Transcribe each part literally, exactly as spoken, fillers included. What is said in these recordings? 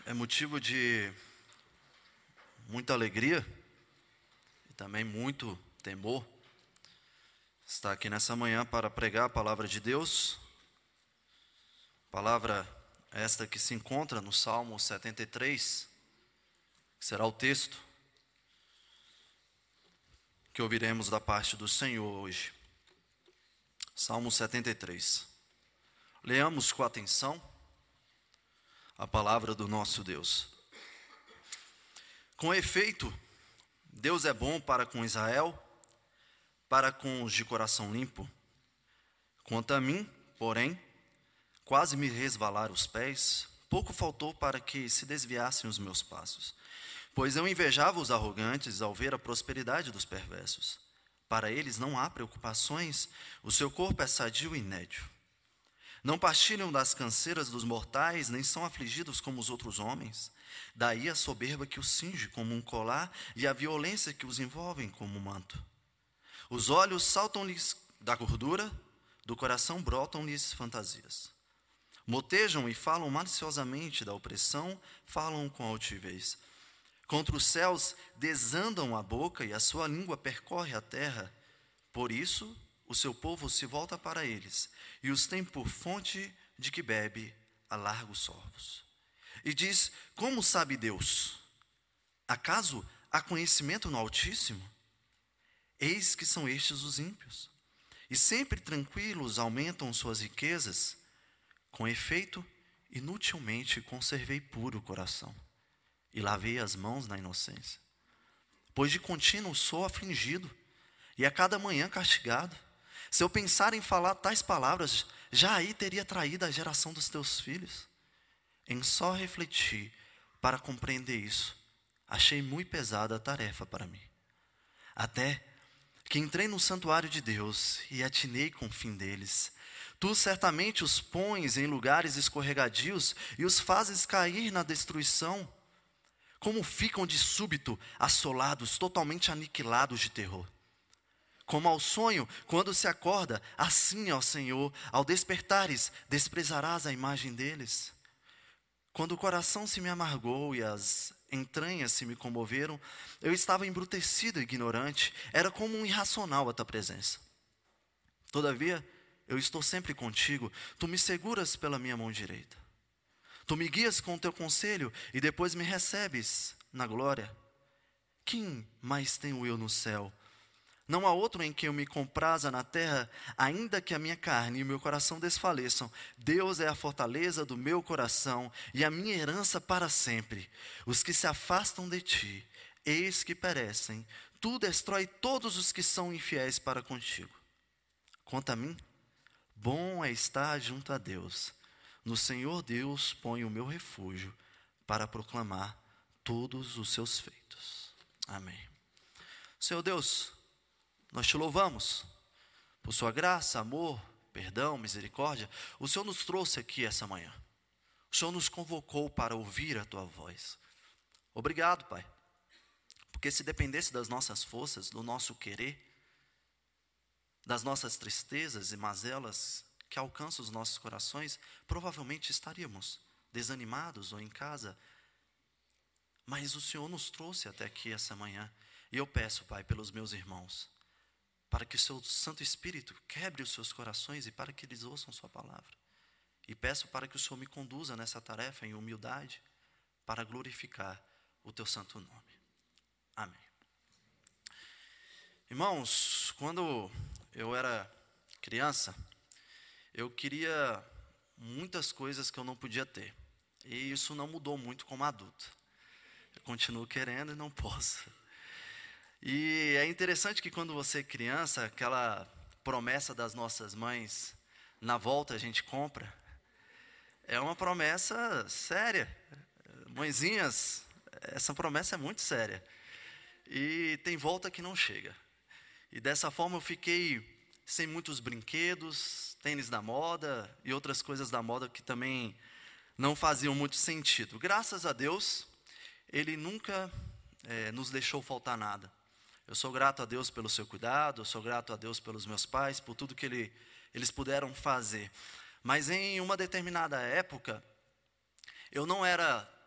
É motivo de muita alegria e também muito temor estar aqui nessa manhã para pregar a palavra de Deus. Palavra esta que se encontra no Salmo setenta e três, que será o texto que ouviremos da parte do Senhor hoje. Salmo setenta e três. Leamos com atenção a palavra do nosso Deus. Com efeito, Deus é bom para com Israel, para com os de coração limpo. Quanto a mim, porém, quase me resvalaram os pés, pouco faltou para que se desviassem os meus passos. Pois eu invejava os arrogantes ao ver a prosperidade dos perversos. Para eles não há preocupações, o seu corpo é sadio e nédio. Não partilham das canseiras dos mortais, nem são afligidos como os outros homens. Daí a soberba que os cinge como um colar e a violência que os envolve como um manto. Os olhos saltam-lhes da gordura, do coração brotam-lhes fantasias. Motejam e falam maliciosamente da opressão, falam com altivez. Contra os céus desandam a boca e a sua língua percorre a terra. Por isso, o seu povo se volta para eles, e os tem por fonte de que bebe a largos sorvos. E diz: como sabe Deus? Acaso há conhecimento no Altíssimo? Eis que são estes os ímpios, e sempre tranquilos aumentam suas riquezas. Com efeito, inutilmente conservei puro o coração, e lavei as mãos na inocência. Pois de contínuo sou afligido, e a cada manhã castigado. Se eu pensar em falar tais palavras, já aí teria traído a geração dos teus filhos. Em só refletir para compreender isso, achei muito pesada a tarefa para mim. Até que entrei no santuário de Deus e atinei com o fim deles. Tu certamente os pões em lugares escorregadios e os fazes cair na destruição. Como ficam de súbito assolados, totalmente aniquilados de terror. Como ao sonho, quando se acorda, assim, ó Senhor, ao despertares, desprezarás a imagem deles. Quando o coração se me amargou e as entranhas se me comoveram, eu estava embrutecido e ignorante, era como um irracional a tua presença. Todavia, eu estou sempre contigo, tu me seguras pela minha mão direita. Tu me guias com o teu conselho e depois me recebes na glória. Quem mais tenho eu no céu? Não há outro em quem eu me compraza na terra, ainda que a minha carne e o meu coração desfaleçam. Deus é a fortaleza do meu coração e a minha herança para sempre. Os que se afastam de ti, eis que perecem. Tu destrói todos os que são infiéis para contigo. Quanto a mim, bom é estar junto a Deus. No Senhor Deus ponho o meu refúgio para proclamar todos os seus feitos. Amém. Senhor Deus, nós te louvamos por sua graça, amor, perdão, misericórdia. O Senhor nos trouxe aqui essa manhã. O Senhor nos convocou para ouvir a tua voz. Obrigado, Pai, porque se dependesse das nossas forças, do nosso querer, das nossas tristezas e mazelas que alcançam os nossos corações, provavelmente estaríamos desanimados ou em casa. Mas o Senhor nos trouxe até aqui essa manhã. E eu peço, Pai, pelos meus irmãos, para que o seu Santo Espírito quebre os seus corações e para que eles ouçam sua palavra. E peço para que o Senhor me conduza nessa tarefa em humildade, para glorificar o teu santo nome. Amém. Irmãos, quando eu era criança, eu queria muitas coisas que eu não podia ter. E isso não mudou muito como adulto. Eu continuo querendo e não posso. E é interessante que quando você é criança, aquela promessa das nossas mães, na volta a gente compra, é uma promessa séria. Mãezinhas, essa promessa é muito séria. E tem volta que não chega. E dessa forma eu fiquei sem muitos brinquedos, tênis da moda e outras coisas da moda que também não faziam muito sentido. Graças a Deus, Ele nunca é, nos deixou faltar nada. Eu sou grato a Deus pelo seu cuidado, eu sou grato a Deus pelos meus pais, por tudo que ele, eles puderam fazer. Mas em uma determinada época, eu não era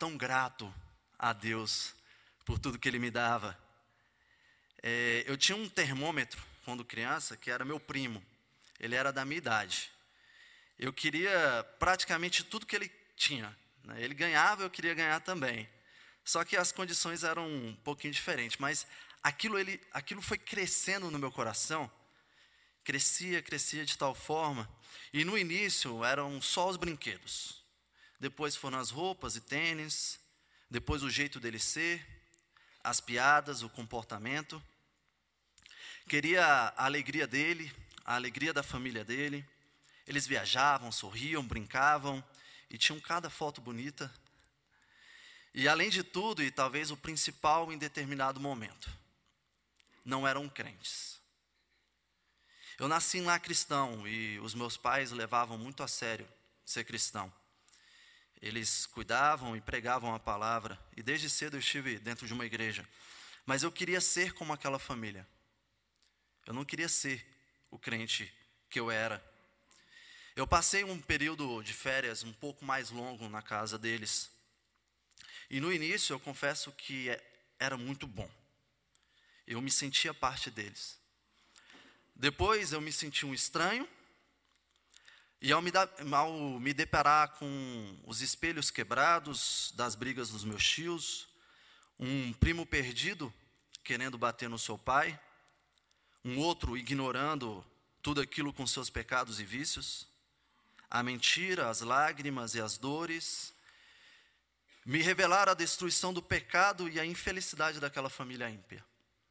tão grato a Deus por tudo que Ele me dava. É, eu tinha um termômetro quando criança, que era meu primo. Ele era da minha idade. Eu queria praticamente tudo que ele tinha, né? Ele ganhava, eu queria ganhar também. Só que as condições eram um pouquinho diferentes. Mas aquilo, ele, aquilo foi crescendo no meu coração. Crescia, crescia de tal forma. E no início eram só os brinquedos. Depois foram as roupas e tênis. Depois o jeito dele ser. As piadas, o comportamento. Queria a alegria dele, a alegria da família dele. Eles viajavam, sorriam, brincavam e tinham cada foto bonita. E além de tudo, e talvez o principal em determinado momento, não eram crentes. Eu nasci em lar cristão e os meus pais levavam muito a sério ser cristão. Eles cuidavam e pregavam a palavra e desde cedo eu estive dentro de uma igreja. Mas eu queria ser como aquela família. Eu não queria ser o crente que eu era. Eu passei um período de férias um pouco mais longo na casa deles. E no início eu confesso que era muito bom. Eu me sentia parte deles. Depois eu me senti um estranho. E ao me, dar, ao me deparar com os espelhos quebrados das brigas dos meus tios, um primo perdido querendo bater no seu pai, um outro ignorando tudo aquilo com seus pecados e vícios, a mentira, as lágrimas e as dores, me revelaram a destruição do pecado e a infelicidade daquela família ímpia.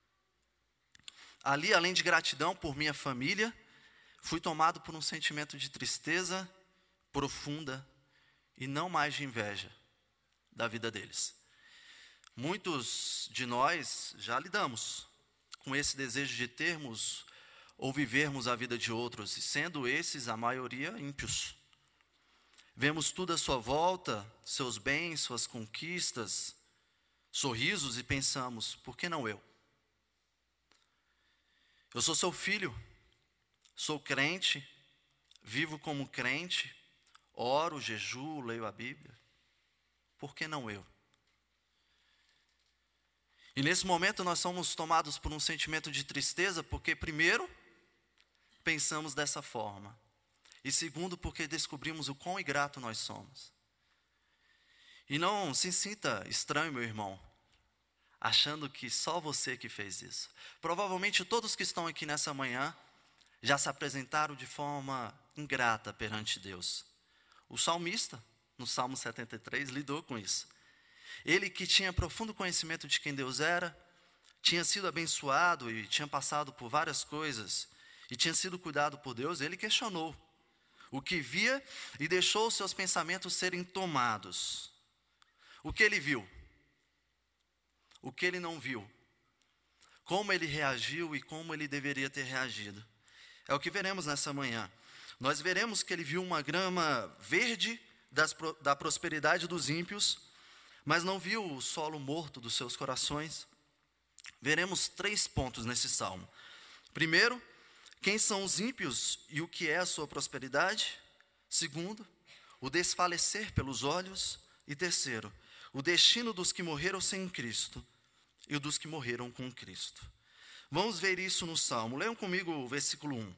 Ali, além de gratidão por minha família, fui tomado por um sentimento de tristeza profunda e não mais de inveja da vida deles. Muitos de nós já lidamos com esse desejo de termos ou vivermos a vida de outros, e sendo esses, a maioria, ímpios. Vemos tudo à sua volta, seus bens, suas conquistas, sorrisos, e pensamos, por que não eu? Eu sou seu filho, sou crente, vivo como crente, oro, jejuo, leio a Bíblia. Por que não eu? E nesse momento nós somos tomados por um sentimento de tristeza, porque primeiro, pensamos dessa forma. E segundo, porque descobrimos o quão ingrato nós somos. E não se sinta estranho, meu irmão, achando que só você que fez isso. Provavelmente todos que estão aqui nessa manhã já se apresentaram de forma ingrata perante Deus. O salmista, no Salmo setenta e três, lidou com isso. Ele que tinha profundo conhecimento de quem Deus era, tinha sido abençoado e tinha passado por várias coisas, e tinha sido cuidado por Deus, ele questionou o que via e deixou os seus pensamentos serem tomados. O que ele viu? O que ele não viu? Como ele reagiu e como ele deveria ter reagido? É o que veremos nessa manhã. Nós veremos que ele viu uma grama verde das, da prosperidade dos ímpios, mas não viu o solo morto dos seus corações. Veremos três pontos nesse salmo. Primeiro, quem são os ímpios e o que é a sua prosperidade? Segundo, o desfalecer pelos olhos. E terceiro, o destino dos que morreram sem Cristo e o dos que morreram com Cristo. Vamos ver isso no Salmo. Leiam comigo o versículo um.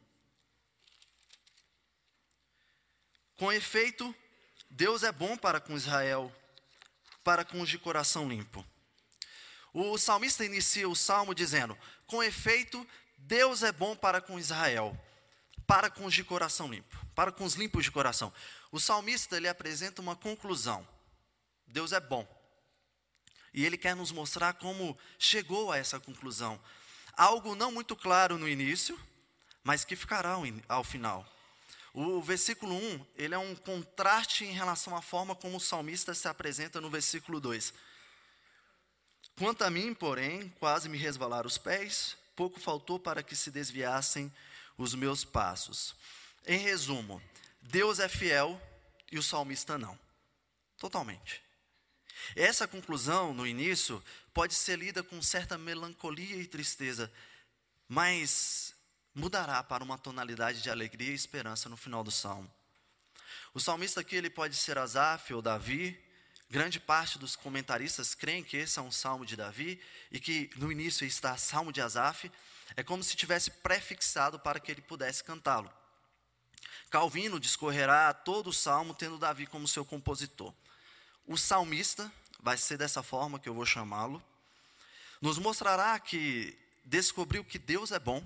Com efeito, Deus é bom para com Israel, para com os de coração limpo. O salmista inicia o salmo dizendo, com efeito, Deus é bom para com Israel, para com os de coração limpo, para com os limpos de coração. O salmista, ele apresenta uma conclusão. Deus é bom. E ele quer nos mostrar como chegou a essa conclusão. Algo não muito claro no início, mas que ficará ao final. O versículo um, ele é um contraste em relação à forma como o salmista se apresenta no versículo dois. Quanto a mim, porém, quase me resvalaram os pés, pouco faltou para que se desviassem os meus passos. Em resumo, Deus é fiel e o salmista não. Totalmente. Essa conclusão, no início, pode ser lida com certa melancolia e tristeza, mas mudará para uma tonalidade de alegria e esperança no final do salmo. O salmista aqui, ele pode ser Asaf ou Davi, Grande parte dos comentaristas creem que esse é um salmo de Davi e que no início está salmo de Asaf. É como se tivesse prefixado para que ele pudesse cantá-lo. Calvino discorrerá todo o salmo tendo Davi como seu compositor. O salmista, vai ser dessa forma que eu vou chamá-lo, nos mostrará que descobriu que Deus é bom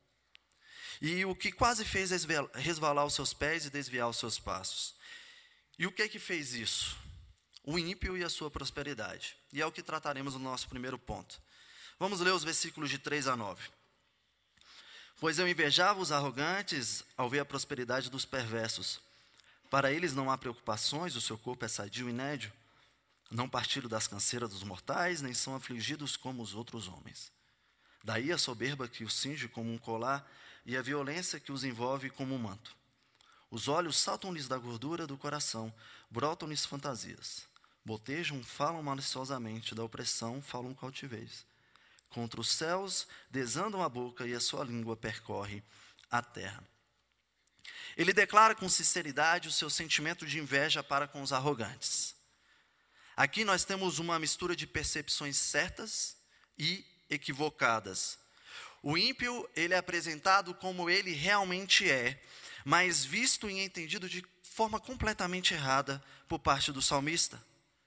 e o que quase fez resvalar os seus pés e desviar os seus passos. E o que é que fez isso? O ímpio e a sua prosperidade. E é o que trataremos no nosso primeiro ponto. Vamos ler os versículos de três a nove. Pois eu invejava os arrogantes ao ver a prosperidade dos perversos. Para eles não há preocupações, o seu corpo é sadio e nédio. Não partilham das canseiras dos mortais, nem são afligidos como os outros homens. Daí a soberba que os cinge como um colar e a violência que os envolve como um manto. Os olhos saltam-lhes da gordura do coração, brotam-lhes fantasias. Botejam, falam maliciosamente, da opressão falam caltivez. Contra os céus desandam a boca e a sua língua percorre a terra. Ele declara com sinceridade o seu sentimento de inveja para com os arrogantes. Aqui nós temos uma mistura de percepções certas e equivocadas. O ímpio, ele é apresentado como ele realmente é, mas visto e entendido de forma completamente errada por parte do salmista.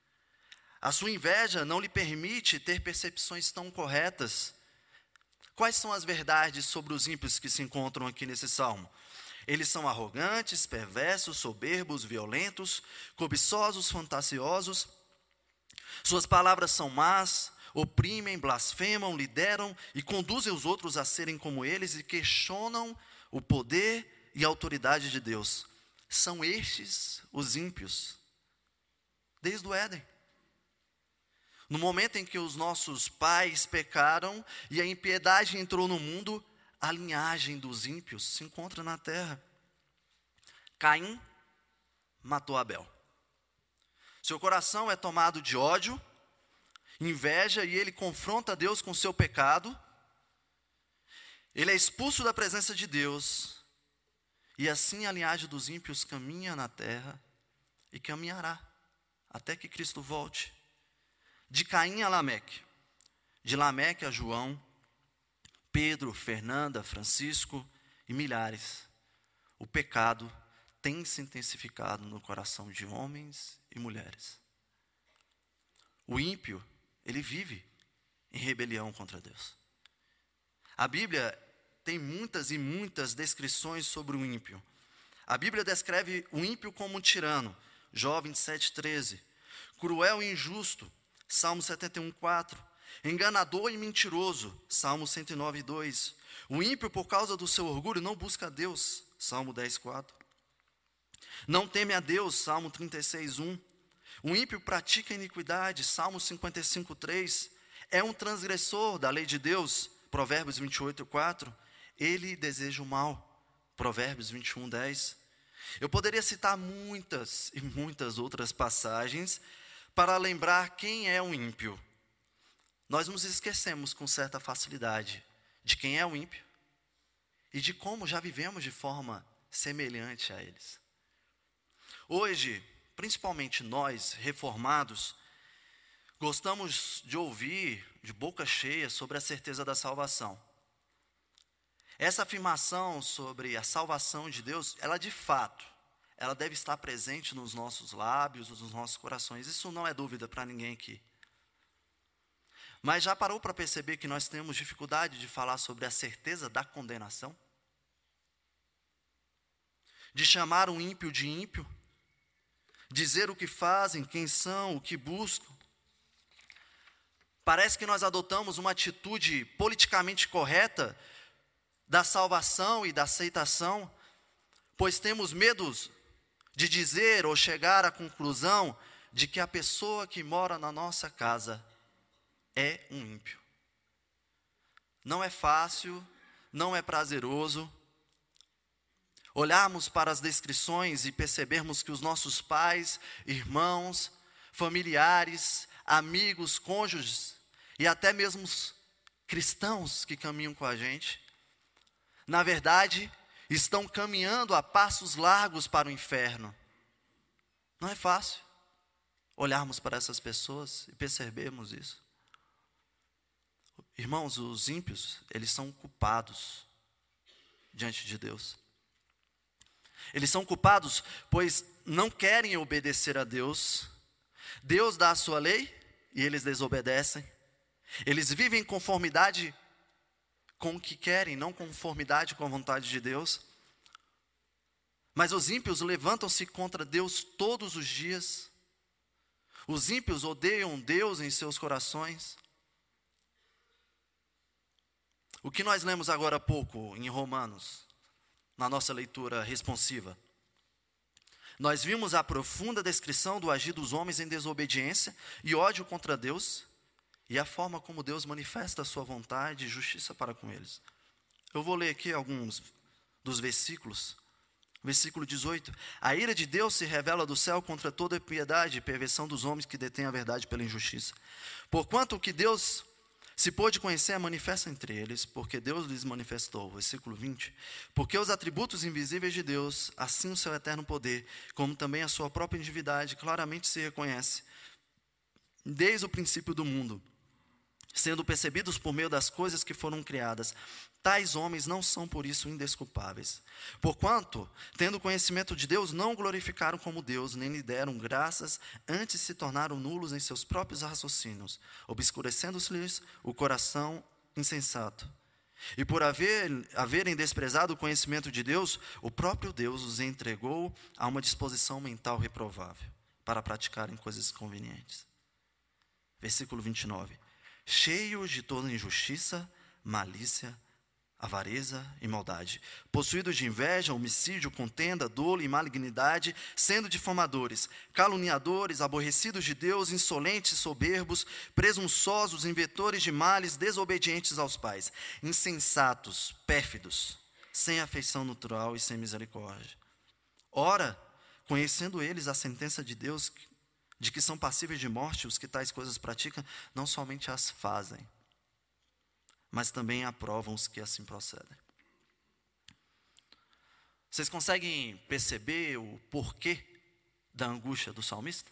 A sua inveja não lhe permite ter percepções tão corretas. Quais são as verdades sobre os ímpios que se encontram aqui nesse salmo? Eles são arrogantes, perversos, soberbos, violentos, cobiçosos, fantasiosos. Suas palavras são más, oprimem, blasfemam, lideram e conduzem os outros a serem como eles e questionam o poder e a autoridade de Deus. São estes os ímpios, desde o Éden. No momento em que os nossos pais pecaram e a impiedade entrou no mundo, a linhagem dos ímpios se encontra na terra. Caim matou Abel. Seu coração é tomado de ódio, inveja, e ele confronta Deus com seu pecado. Ele é expulso da presença de Deus. E assim a linhagem dos ímpios caminha na terra e caminhará até que Cristo volte. De Caim a Lameque, de Lameque a João, Pedro, Fernanda, Francisco e milhares. O pecado tem se intensificado no coração de homens e mulheres. O ímpio, ele vive em rebelião contra Deus. A Bíblia tem muitas e muitas descrições sobre o ímpio. A Bíblia descreve o ímpio como um tirano, Jó vinte e sete, treze. Cruel e injusto, Salmo setenta e um, quatro. Enganador e mentiroso, Salmo cento e nove, dois. O ímpio, por causa do seu orgulho, não busca a Deus, Salmo dez, quatro. Não teme a Deus, Salmo trinta e seis, um. O ímpio pratica iniquidade, Salmo cinquenta e cinco, três. É um transgressor da lei de Deus, Provérbios vinte e oito, quatro. Ele deseja o mal, Provérbios vinte e um, dez. Eu poderia citar muitas e muitas outras passagens para lembrar quem é o ímpio. Nós nos esquecemos com certa facilidade de quem é o ímpio e de como já vivemos de forma semelhante a eles. Hoje, principalmente nós, reformados, gostamos de ouvir de boca cheia sobre a certeza da salvação. Essa afirmação sobre a salvação de Deus, ela de fato, ela deve estar presente nos nossos lábios, nos nossos corações. Isso não é dúvida para ninguém aqui. Mas já parou para perceber que nós temos dificuldade de falar sobre a certeza da condenação? De chamar um ímpio de ímpio? Dizer o que fazem, quem são, o que buscam? Parece que nós adotamos uma atitude politicamente correta da salvação e da aceitação, pois temos medo de dizer ou chegar à conclusão de que a pessoa que mora na nossa casa é um ímpio. Não é fácil, não é prazeroso olharmos para as descrições e percebermos que os nossos pais, irmãos, familiares, amigos, cônjuges e até mesmo cristãos que caminham com a gente, na verdade, estão caminhando a passos largos para o inferno. Não é fácil olharmos para essas pessoas e percebermos isso. Irmãos, os ímpios, eles são culpados diante de Deus. Eles são culpados, pois não querem obedecer a Deus. Deus dá a sua lei e eles desobedecem. Eles vivem em conformidade com o que querem, não conformidade com a vontade de Deus. Mas os ímpios levantam-se contra Deus todos os dias. Os ímpios odeiam Deus em seus corações. O que nós lemos agora há pouco em Romanos, na nossa leitura responsiva, nós vimos a profunda descrição do agir dos homens em desobediência e ódio contra Deus, e a forma como Deus manifesta a sua vontade e justiça para com eles. Eu vou ler aqui alguns dos versículos. Versículo dezoito. A ira de Deus se revela do céu contra toda impiedade e perversão dos homens que detêm a verdade pela injustiça. Porquanto o que Deus se pôde conhecer é manifesto entre eles, porque Deus lhes manifestou. Versículo vinte. Porque os atributos invisíveis de Deus, assim o seu eterno poder, como também a sua própria divindade, claramente se reconhece desde o princípio do mundo, sendo percebidos por meio das coisas que foram criadas. Tais homens não são por isso indesculpáveis. Porquanto, tendo conhecimento de Deus, não o glorificaram como Deus, nem lhe deram graças, antes se tornaram nulos em seus próprios raciocínios, obscurecendo-se-lhes o coração insensato. E por haver, haverem desprezado o conhecimento de Deus, o próprio Deus os entregou a uma disposição mental reprovável, para praticarem coisas convenientes. Versículo vinte e nove. Cheios de toda injustiça, malícia, avareza e maldade, possuídos de inveja, homicídio, contenda, dolo e malignidade, sendo difamadores, caluniadores, aborrecidos de Deus, insolentes, soberbos, presunçosos, inventores de males, desobedientes aos pais, insensatos, pérfidos, sem afeição natural e sem misericórdia. Ora, conhecendo eles a sentença de Deus, de que são passíveis de morte os que tais coisas praticam, não somente as fazem, mas também aprovam os que assim procedem. Vocês conseguem perceber o porquê da angústia do salmista?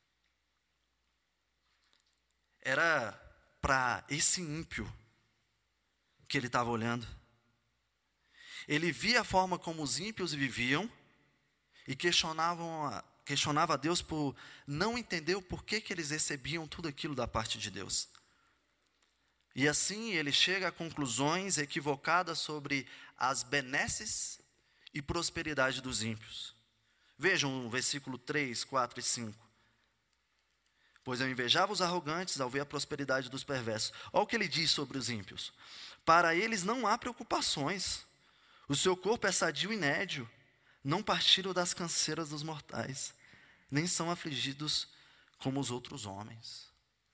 Era para esse ímpio que ele estava olhando. Ele via a forma como os ímpios viviam e questionavam a, questionava a Deus por não entender o porquê que eles recebiam tudo aquilo da parte de Deus. E assim ele chega a conclusões equivocadas sobre as benesses e prosperidade dos ímpios. Vejam o versículo três, quatro e cinco. Pois eu invejava os arrogantes ao ver a prosperidade dos perversos. Olha o que ele diz sobre os ímpios. Para eles não há preocupações. O seu corpo é sadio e nédio. Não partilham das canseiras dos mortais. Nem são afligidos como os outros homens.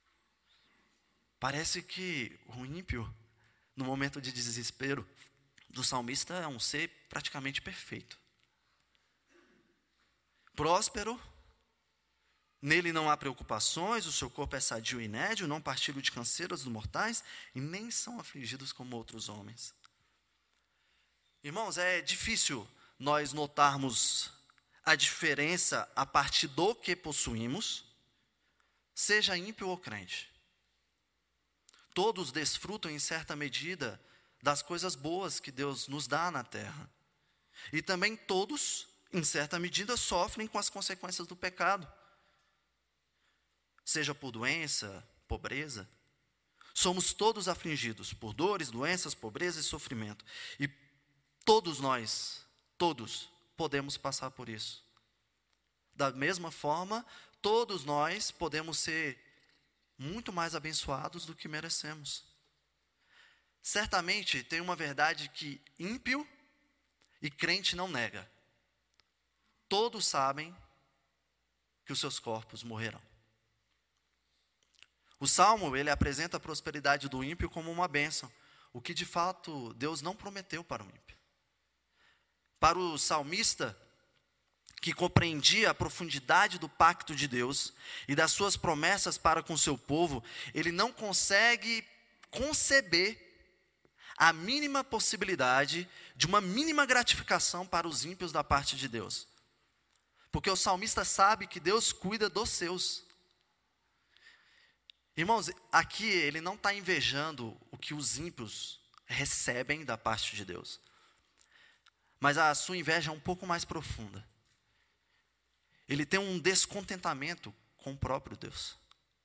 Parece que o ímpio, no momento de desespero do salmista, é um ser praticamente perfeito. Próspero, nele não há preocupações, o seu corpo é sadio e nédio, não partilha de canseiras dos mortais, e nem são afligidos como outros homens. Irmãos, é difícil nós notarmos a diferença a partir do que possuímos, seja ímpio ou crente. Todos desfrutam em certa medida das coisas boas que Deus nos dá na terra. E também todos, em certa medida, sofrem com as consequências do pecado. Seja por doença, pobreza. Somos todos afligidos por dores, doenças, pobreza e sofrimento. E todos nós, todos, podemos passar por isso. Da mesma forma, todos nós podemos ser muito mais abençoados do que merecemos. Certamente tem uma verdade que ímpio e crente não nega. Todos sabem que os seus corpos morrerão. O Salmo, ele apresenta a prosperidade do ímpio como uma bênção, o que de fato Deus não prometeu para o ímpio. Para o salmista, que compreendia a profundidade do pacto de Deus e das suas promessas para com seu povo, ele não consegue conceber a mínima possibilidade de uma mínima gratificação para os ímpios da parte de Deus. Porque o salmista sabe que Deus cuida dos seus. Irmãos, aqui ele não está invejando o que os ímpios recebem da parte de Deus. Mas a sua inveja é um pouco mais profunda. Ele tem um descontentamento com o próprio Deus.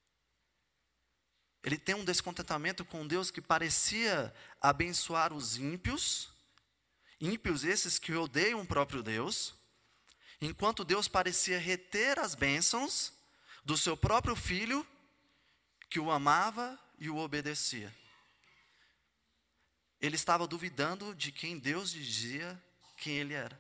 Ele tem um descontentamento com Deus que parecia abençoar os ímpios, ímpios esses que odeiam o próprio Deus, enquanto Deus parecia reter as bênçãos do seu próprio filho, que o amava e o obedecia. Ele estava duvidando de quem Deus dizia quem ele era.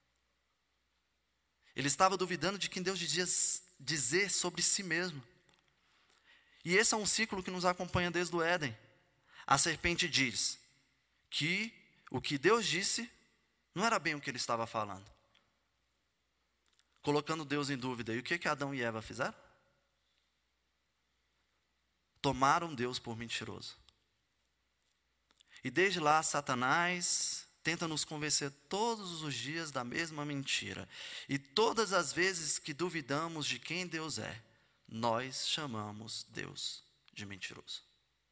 Ele estava duvidando de quem Deus dizia dizer sobre si mesmo. E esse é um ciclo que nos acompanha desde o Éden. A serpente diz que o que Deus disse não era bem o que ele estava falando, colocando Deus em dúvida. E o que que Adão e Eva fizeram? Tomaram Deus por mentiroso. E desde lá, Satanás tenta nos convencer todos os dias da mesma mentira. E todas as vezes que duvidamos de quem Deus é, nós chamamos Deus de mentiroso.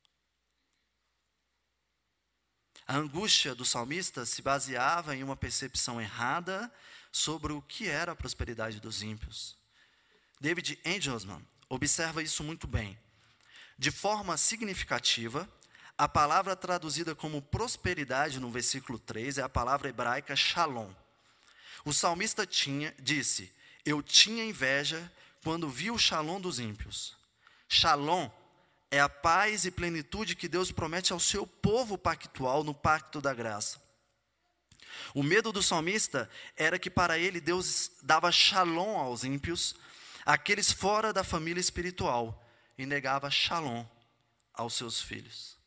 A angústia do salmista se baseava em uma percepção errada sobre o que era a prosperidade dos ímpios. David Engelsman observa isso muito bem. De forma significativa, a palavra traduzida como prosperidade no versículo três é a palavra hebraica shalom. O salmista tinha, disse, eu tinha inveja quando vi o shalom dos ímpios. Shalom é a paz e plenitude que Deus promete ao seu povo pactual no pacto da graça. O medo do salmista era que para ele Deus dava shalom aos ímpios, aqueles fora da família espiritual, e negava shalom aos seus filhos.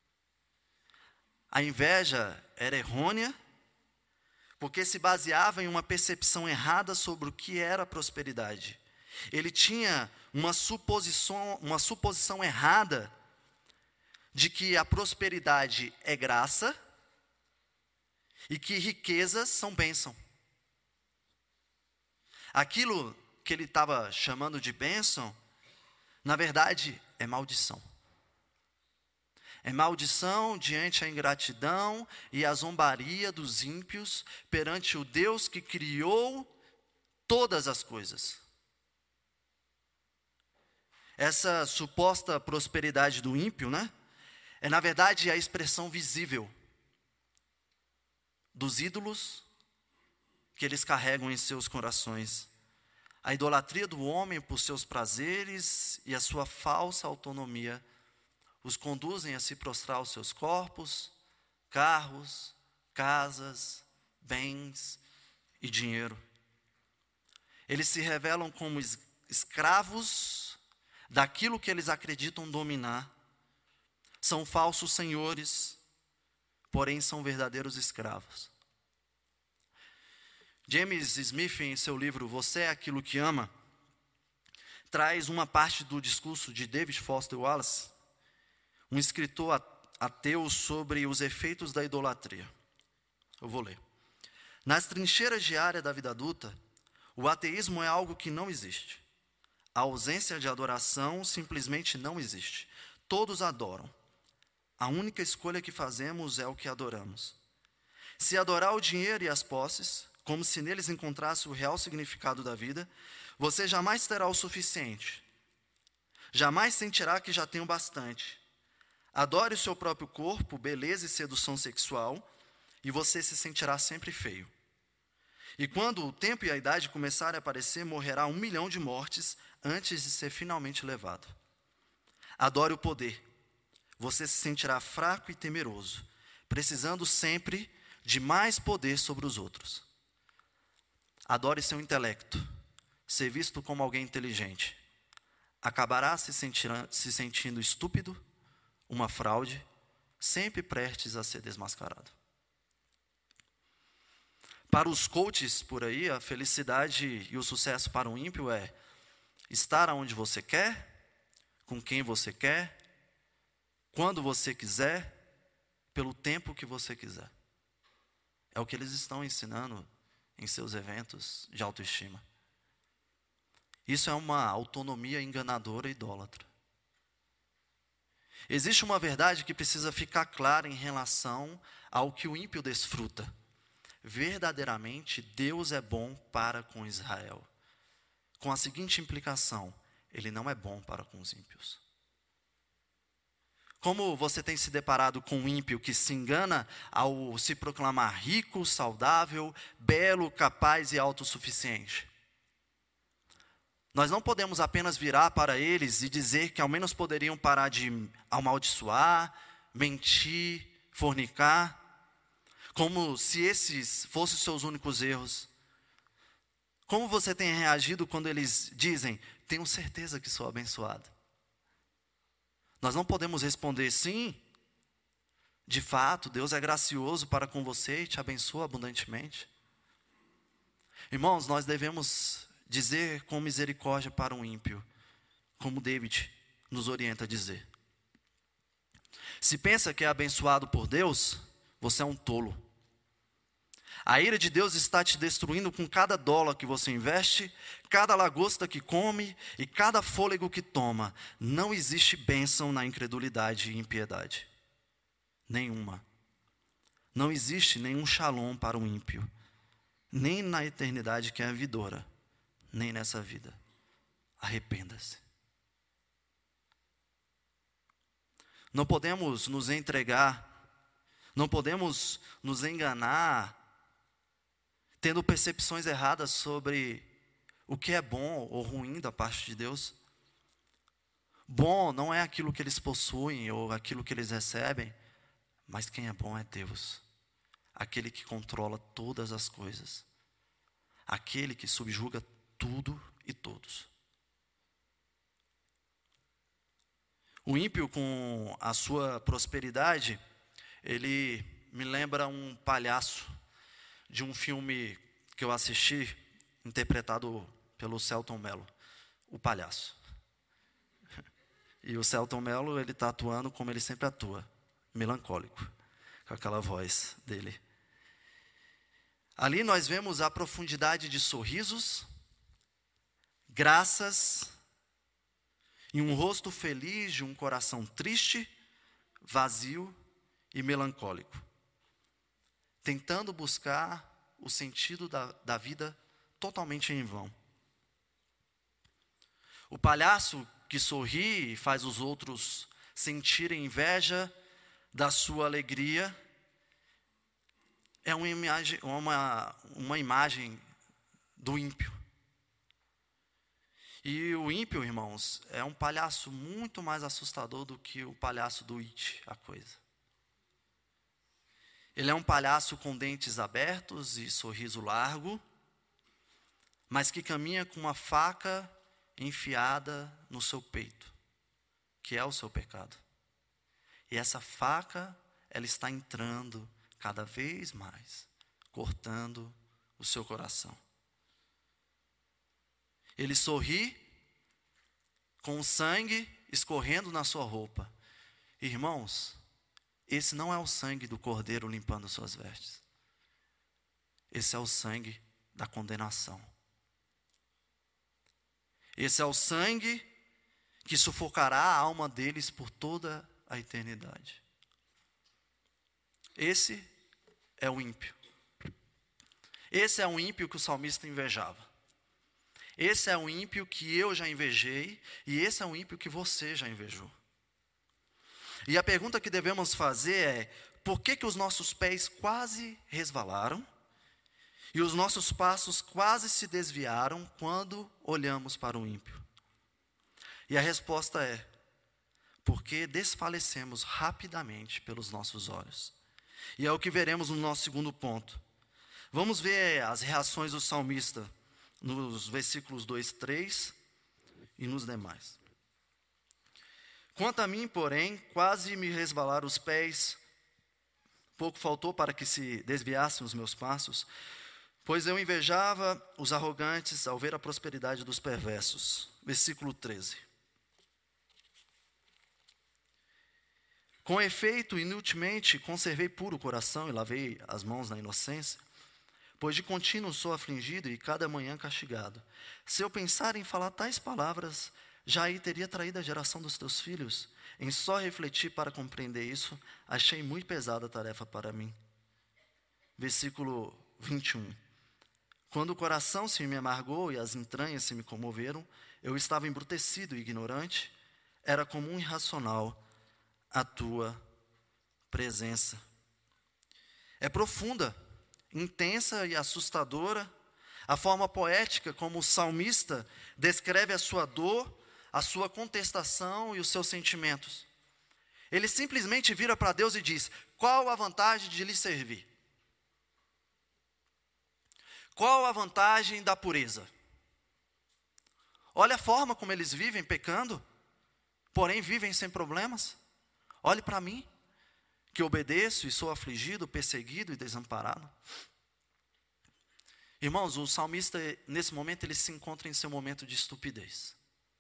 A inveja era errônea, porque se baseava em uma percepção errada sobre o que era prosperidade. Ele tinha uma suposição, uma suposição errada de que a prosperidade é graça e que riquezas são bênção. Aquilo que ele estava chamando de bênção, na verdade, é maldição. É maldição diante a ingratidão e a zombaria dos ímpios perante o Deus que criou todas as coisas. Essa suposta prosperidade do ímpio, né, é na verdade a expressão visível dos ídolos que eles carregam em seus corações. A idolatria do homem por seus prazeres e a sua falsa autonomia os conduzem a se prostrar aos seus corpos, carros, casas, bens e dinheiro. Eles se revelam como es- escravos daquilo que eles acreditam dominar. São falsos senhores, porém são verdadeiros escravos. James Smith, em seu livro Você é Aquilo que Ama, traz uma parte do discurso de David Foster Wallace, um escritor ateu, sobre os efeitos da idolatria. Eu vou ler. Nas trincheiras diárias da vida adulta, o ateísmo é algo que não existe. A ausência de adoração simplesmente não existe. Todos adoram. A única escolha que fazemos é o que adoramos. Se adorar o dinheiro e as posses, como se neles encontrasse o real significado da vida, você jamais terá o suficiente. Jamais sentirá que já tem o bastante. Adore o seu próprio corpo, beleza e sedução sexual, e você se sentirá sempre feio. E quando o tempo e a idade começarem a aparecer, morrerá um milhão de mortes antes de ser finalmente levado. Adore o poder. Você se sentirá fraco e temeroso, precisando sempre de mais poder sobre os outros. Adore seu intelecto, ser visto como alguém inteligente. Acabará se, sentir, se sentindo estúpido, uma fraude, sempre prestes a ser desmascarado. Para os coaches por aí, a felicidade e o sucesso para um ímpio é estar onde você quer, com quem você quer, quando você quiser, pelo tempo que você quiser. É o que eles estão ensinando em seus eventos de autoestima. Isso é uma autonomia enganadora e idólatra. Existe uma verdade que precisa ficar clara em relação ao que o ímpio desfruta. Verdadeiramente, Deus é bom para com Israel. Com a seguinte implicação: Ele não é bom para com os ímpios. Como você tem se deparado com um ímpio que se engana ao se proclamar rico, saudável, belo, capaz e autossuficiente? Nós não podemos apenas virar para eles e dizer que ao menos poderiam parar de amaldiçoar, mentir, fornicar, como se esses fossem seus únicos erros. Como você tem reagido quando eles dizem: tenho certeza que sou abençoado? Nós não podemos responder: sim, de fato, Deus é gracioso para com você e te abençoa abundantemente. Irmãos, nós devemos dizer com misericórdia para um ímpio, como David nos orienta a dizer. Se pensa que é abençoado por Deus, você é um tolo. A ira de Deus está te destruindo com cada dólar que você investe, cada lagosta que come e cada fôlego que toma. Não existe bênção na incredulidade e impiedade. Nenhuma. Não existe nenhum shalom para um ímpio. Nem na eternidade que é a vindoura, nem nessa vida. Arrependa-se. Não podemos nos entregar, não podemos nos enganar, tendo percepções erradas sobre o que é bom ou ruim da parte de Deus. Bom não é aquilo que eles possuem ou aquilo que eles recebem, mas quem é bom é Deus, aquele que controla todas as coisas, aquele que subjuga tudo e todos. O ímpio, com a sua prosperidade, ele me lembra um palhaço de um filme que eu assisti, interpretado pelo Selton Mello, O Palhaço. E o Selton Mello, ele está atuando como ele sempre atua, melancólico, com aquela voz dele. Ali nós vemos a profundidade de sorrisos, graças, e um rosto feliz de um coração triste, vazio e melancólico, tentando buscar o sentido da, da vida totalmente em vão. O palhaço que sorri e faz os outros sentirem inveja da sua alegria é uma imagem, uma, uma imagem do ímpio. E o ímpio, irmãos, é um palhaço muito mais assustador do que o palhaço do It, a coisa. Ele é um palhaço com dentes abertos e sorriso largo, mas que caminha com uma faca enfiada no seu peito, que é o seu pecado. E essa faca, ela está entrando cada vez mais, cortando o seu coração. Ele sorri com o sangue escorrendo na sua roupa. Irmãos, esse não é o sangue do cordeiro limpando suas vestes. Esse é o sangue da condenação. Esse é o sangue que sufocará a alma deles por toda a eternidade. Esse é o ímpio. Esse é um ímpio que o salmista invejava. Esse é um ímpio que eu já invejei, e esse é um ímpio que você já invejou. E a pergunta que devemos fazer é: por que que os nossos pés quase resvalaram e os nossos passos quase se desviaram quando olhamos para o ímpio? E a resposta é: porque desfalecemos rapidamente pelos nossos olhos. E é o que veremos no nosso segundo ponto. Vamos ver as reações do salmista nos versículos dois, três e nos demais. Quanto a mim, porém, quase me resvalaram os pés, pouco faltou para que se desviassem os meus passos, pois eu invejava os arrogantes ao ver a prosperidade dos perversos. Versículo treze. Com efeito, inutilmente conservei puro o coração e lavei as mãos na inocência, pois de contínuo sou afligido e cada manhã castigado. Se eu pensar em falar tais palavras, já aí teria traído a geração dos teus filhos. Em só refletir para compreender isso, achei muito pesada a tarefa para mim. Versículo vinte e um. Quando o coração se me amargou e as entranhas se me comoveram, eu estava embrutecido e ignorante, era comum e irracional a tua presença. É profunda, intensa e assustadora a forma poética como o salmista descreve a sua dor, a sua contestação e os seus sentimentos. Ele simplesmente vira para Deus e diz: qual a vantagem de lhe servir? Qual a vantagem da pureza? Olha a forma como eles vivem pecando, porém vivem sem problemas. Olhe para mim, que obedeço e sou afligido, perseguido e desamparado. Irmãos, o salmista, nesse momento, ele se encontra em seu momento de estupidez.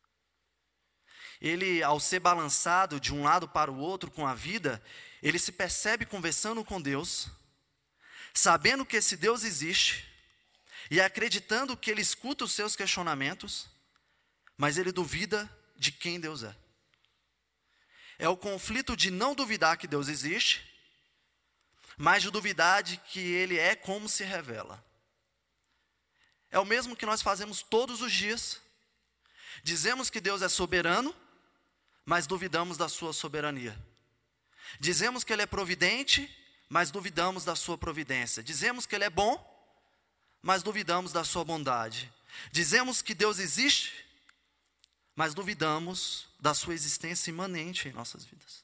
Ele, ao ser balançado de um lado para o outro com a vida, ele se percebe conversando com Deus, sabendo que esse Deus existe, e acreditando que ele escuta os seus questionamentos, mas ele duvida de quem Deus é. É o conflito de não duvidar que Deus existe, mas de duvidar de que ele é como se revela. É o mesmo que nós fazemos todos os dias. Dizemos que Deus é soberano, mas duvidamos da sua soberania. Dizemos que Ele é providente, mas duvidamos da sua providência. Dizemos que Ele é bom, mas duvidamos da sua bondade. Dizemos que Deus existe, mas duvidamos da sua existência imanente em nossas vidas.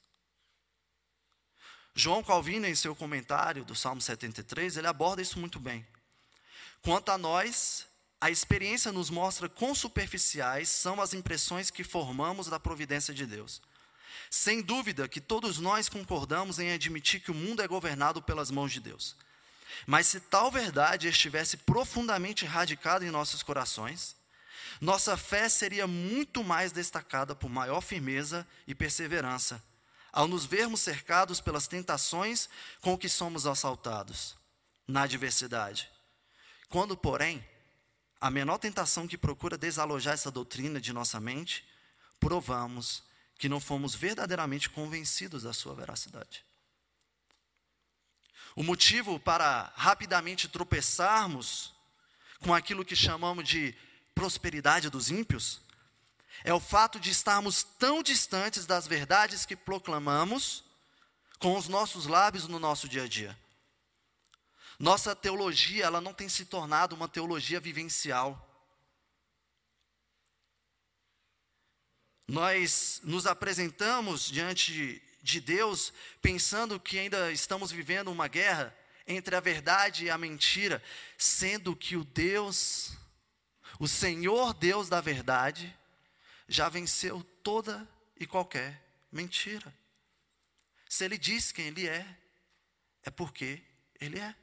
João Calvino, em seu comentário do Salmo setenta e três, ele aborda isso muito bem. Quanto a nós, a experiência nos mostra quão superficiais são as impressões que formamos da providência de Deus. Sem dúvida que todos nós concordamos em admitir que o mundo é governado pelas mãos de Deus. Mas se tal verdade estivesse profundamente radicada em nossos corações, nossa fé seria muito mais destacada por maior firmeza e perseverança, ao nos vermos cercados pelas tentações com que somos assaltados, na adversidade. Quando, porém, a menor tentação que procura desalojar essa doutrina de nossa mente, provamos que não fomos verdadeiramente convencidos da sua veracidade. O motivo para rapidamente tropeçarmos com aquilo que chamamos de prosperidade dos ímpios é o fato de estarmos tão distantes das verdades que proclamamos com os nossos lábios no nosso dia a dia. Nossa teologia, ela não tem se tornado uma teologia vivencial. Nós nos apresentamos diante de Deus pensando que ainda estamos vivendo uma guerra entre a verdade e a mentira, sendo que o Deus, o Senhor Deus da verdade, já venceu toda e qualquer mentira. Se Ele diz quem Ele é, é porque Ele é.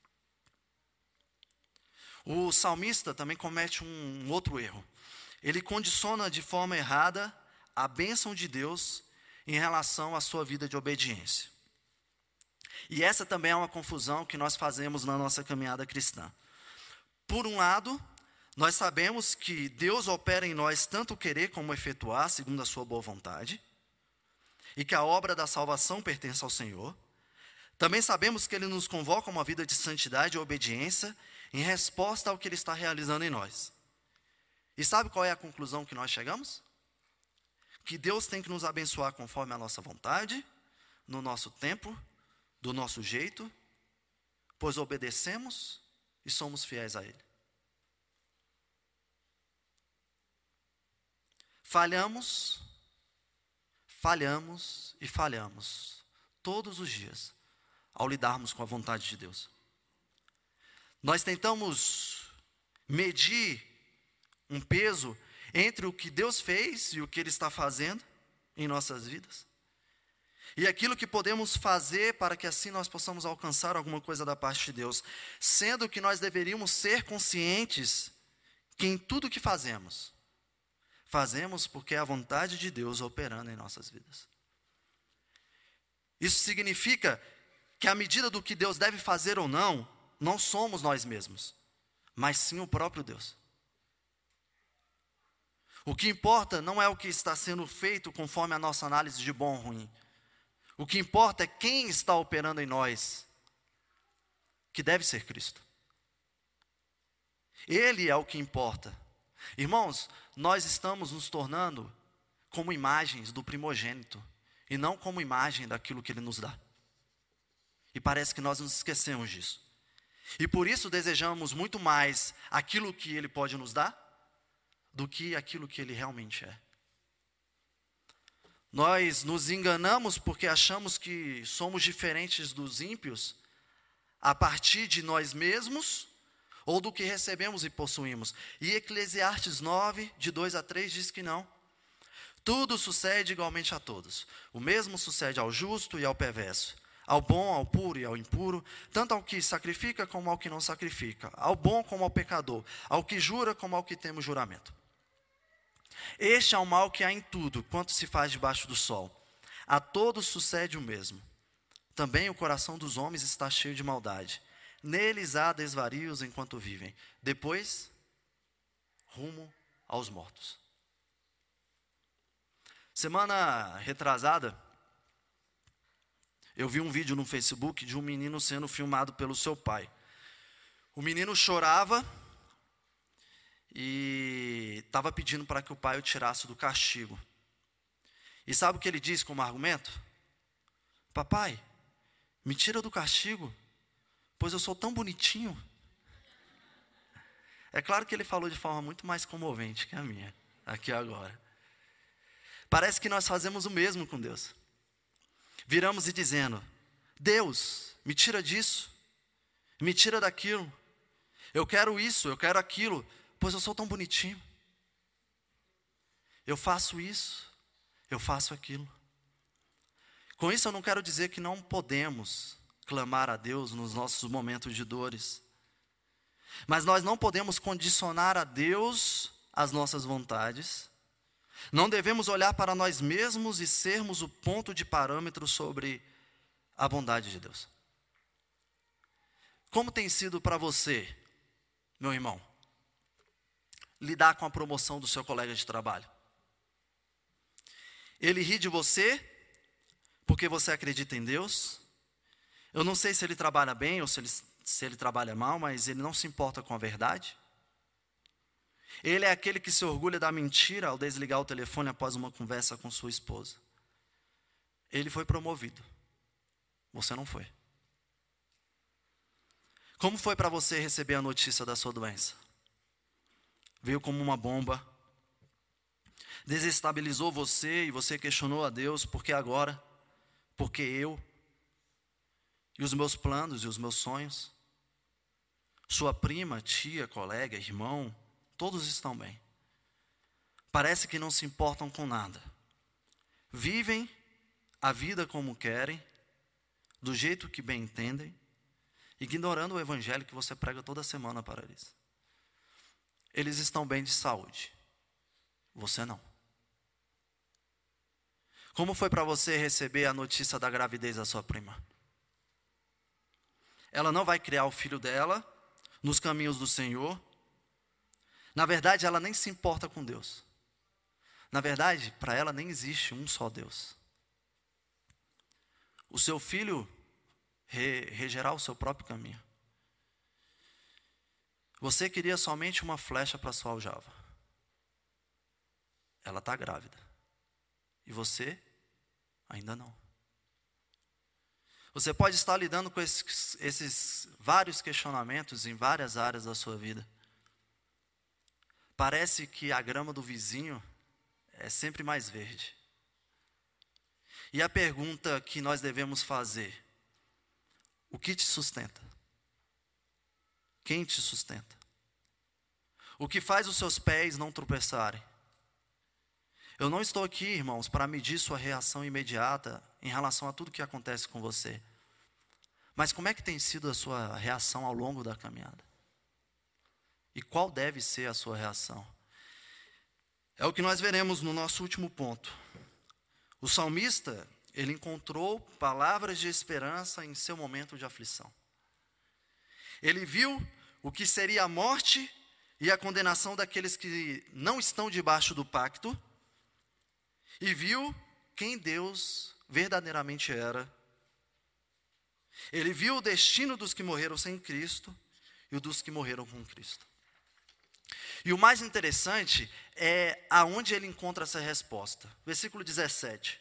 O salmista também comete um outro erro. Ele condiciona de forma errada a bênção de Deus em relação à sua vida de obediência. E essa também é uma confusão que nós fazemos na nossa caminhada cristã. Por um lado, nós sabemos que Deus opera em nós tanto o querer como o efetuar, segundo a sua boa vontade, e que a obra da salvação pertence ao Senhor. Também sabemos que Ele nos convoca a uma vida de santidade e obediência em resposta ao que Ele está realizando em nós. E sabe qual é a conclusão que nós chegamos? Que Deus tem que nos abençoar conforme a nossa vontade, no nosso tempo, do nosso jeito, pois obedecemos e somos fiéis a Ele. Falhamos, falhamos e falhamos todos os dias ao lidarmos com a vontade de Deus. Nós tentamos medir um peso entre o que Deus fez e o que Ele está fazendo em nossas vidas. E aquilo que podemos fazer para que assim nós possamos alcançar alguma coisa da parte de Deus. Sendo que nós deveríamos ser conscientes que em tudo que fazemos, fazemos porque é a vontade de Deus operando em nossas vidas. Isso significa que a medida do que Deus deve fazer ou não, não somos nós mesmos, mas sim o próprio Deus. O que importa não é o que está sendo feito conforme a nossa análise de bom ou ruim. O que importa é quem está operando em nós, que deve ser Cristo. Ele é o que importa. Irmãos, nós estamos nos tornando como imagens do primogênito, e não como imagem daquilo que Ele nos dá. E parece que nós nos esquecemos disso. E por isso desejamos muito mais aquilo que Ele pode nos dar, do que aquilo que Ele realmente é. Nós nos enganamos porque achamos que somos diferentes dos ímpios, a partir de nós mesmos, ou do que recebemos e possuímos. E Eclesiastes nove, de dois a três, diz que não. Tudo sucede igualmente a todos. O mesmo sucede ao justo e ao perverso, ao bom, ao puro e ao impuro, tanto ao que sacrifica como ao que não sacrifica, ao bom como ao pecador, ao que jura como ao que teme o juramento. Este é o mal que há em tudo, quanto se faz debaixo do sol. A todos sucede o mesmo. Também o coração dos homens está cheio de maldade. Neles há desvarios enquanto vivem. Depois, rumo aos mortos. Semana retrasada, eu vi um vídeo no Facebook de um menino sendo filmado pelo seu pai. O menino chorava e estava pedindo para que o pai o tirasse do castigo. E sabe o que ele disse como argumento? Papai, me tira do castigo, pois eu sou tão bonitinho. É claro que ele falou de forma muito mais comovente que a minha, aqui agora. Parece que nós fazemos o mesmo com Deus. Viramos e dizendo, Deus, me tira disso, me tira daquilo. Eu quero isso, eu quero aquilo, pois eu sou tão bonitinho. Eu faço isso, eu faço aquilo. Com isso eu não quero dizer que não podemos clamar a Deus nos nossos momentos de dores. Mas nós não podemos condicionar a Deus as nossas vontades. Não devemos olhar para nós mesmos e sermos o ponto de parâmetro sobre a bondade de Deus. Como tem sido para você, meu irmão, lidar com a promoção do seu colega de trabalho? Ele ri de você porque você acredita em Deus? Eu não sei se ele trabalha bem ou se ele, se ele trabalha mal, mas ele não se importa com a verdade. Ele é aquele que se orgulha da mentira ao desligar o telefone após uma conversa com sua esposa. Ele foi promovido. Você não foi. Como foi para você receber a notícia da sua doença? Veio como uma bomba. Desestabilizou você e você questionou a Deus, por que agora? Por que eu? E os meus planos e os meus sonhos? Sua prima, tia, colega, irmão, todos estão bem. Parece que não se importam com nada. Vivem a vida como querem, do jeito que bem entendem, ignorando o evangelho que você prega toda semana para eles. Eles estão bem de saúde. Você não. Como foi para você receber a notícia da gravidez da sua prima? Ela não vai criar o filho dela nos caminhos do Senhor. Na verdade, ela nem se importa com Deus. Na verdade, para ela nem existe um só Deus. O seu filho re, regerá o seu próprio caminho. Você queria somente uma flecha para sua aljava. Ela está grávida. E você ainda não. Você pode estar lidando com esses, esses vários questionamentos em várias áreas da sua vida. Parece que a grama do vizinho é sempre mais verde. E a pergunta que nós devemos fazer: o que te sustenta? Quem te sustenta? O que faz os seus pés não tropeçarem? Eu não estou aqui, irmãos, para medir sua reação imediata em relação a tudo que acontece com você. Mas como é que tem sido a sua reação ao longo da caminhada? E qual deve ser a sua reação? É o que nós veremos no nosso último ponto. O salmista, ele encontrou palavras de esperança em seu momento de aflição. Ele viu o que seria a morte e a condenação daqueles que não estão debaixo do pacto, e viu quem Deus verdadeiramente era. Ele viu o destino dos que morreram sem Cristo e o dos que morreram com Cristo. E o mais interessante é aonde ele encontra essa resposta. Versículo dezessete.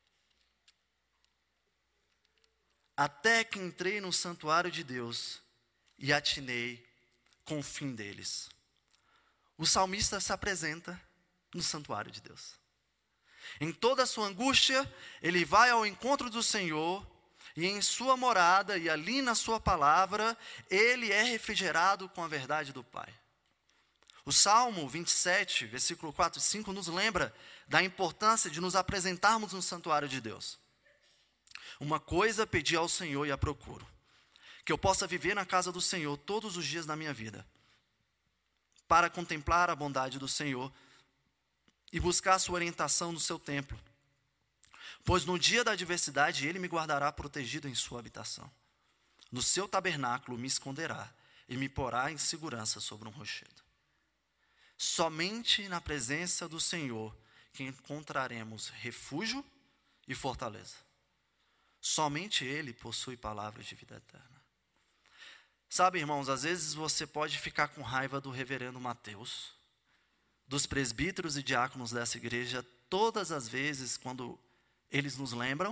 Até que entrei no santuário de Deus e atinei com o fim deles. O salmista se apresenta no santuário de Deus. Em toda a sua angústia, ele vai ao encontro do Senhor, e em sua morada, e ali na sua palavra, ele é refrigerado com a verdade do Pai. O Salmo vinte e sete, versículo quatro e cinco, nos lembra da importância de nos apresentarmos no santuário de Deus. Uma coisa pedi ao Senhor e a procuro, que eu possa viver na casa do Senhor todos os dias da minha vida, para contemplar a bondade do Senhor e buscar a sua orientação no seu templo. Pois no dia da adversidade ele me guardará protegido em sua habitação. No seu tabernáculo me esconderá e me porá em segurança sobre um rochedo. Somente na presença do Senhor que encontraremos refúgio e fortaleza. Somente Ele possui palavras de vida eterna. Sabe, irmãos, às vezes você pode ficar com raiva do reverendo Mateus, dos presbíteros e diáconos dessa igreja, todas as vezes quando eles nos lembram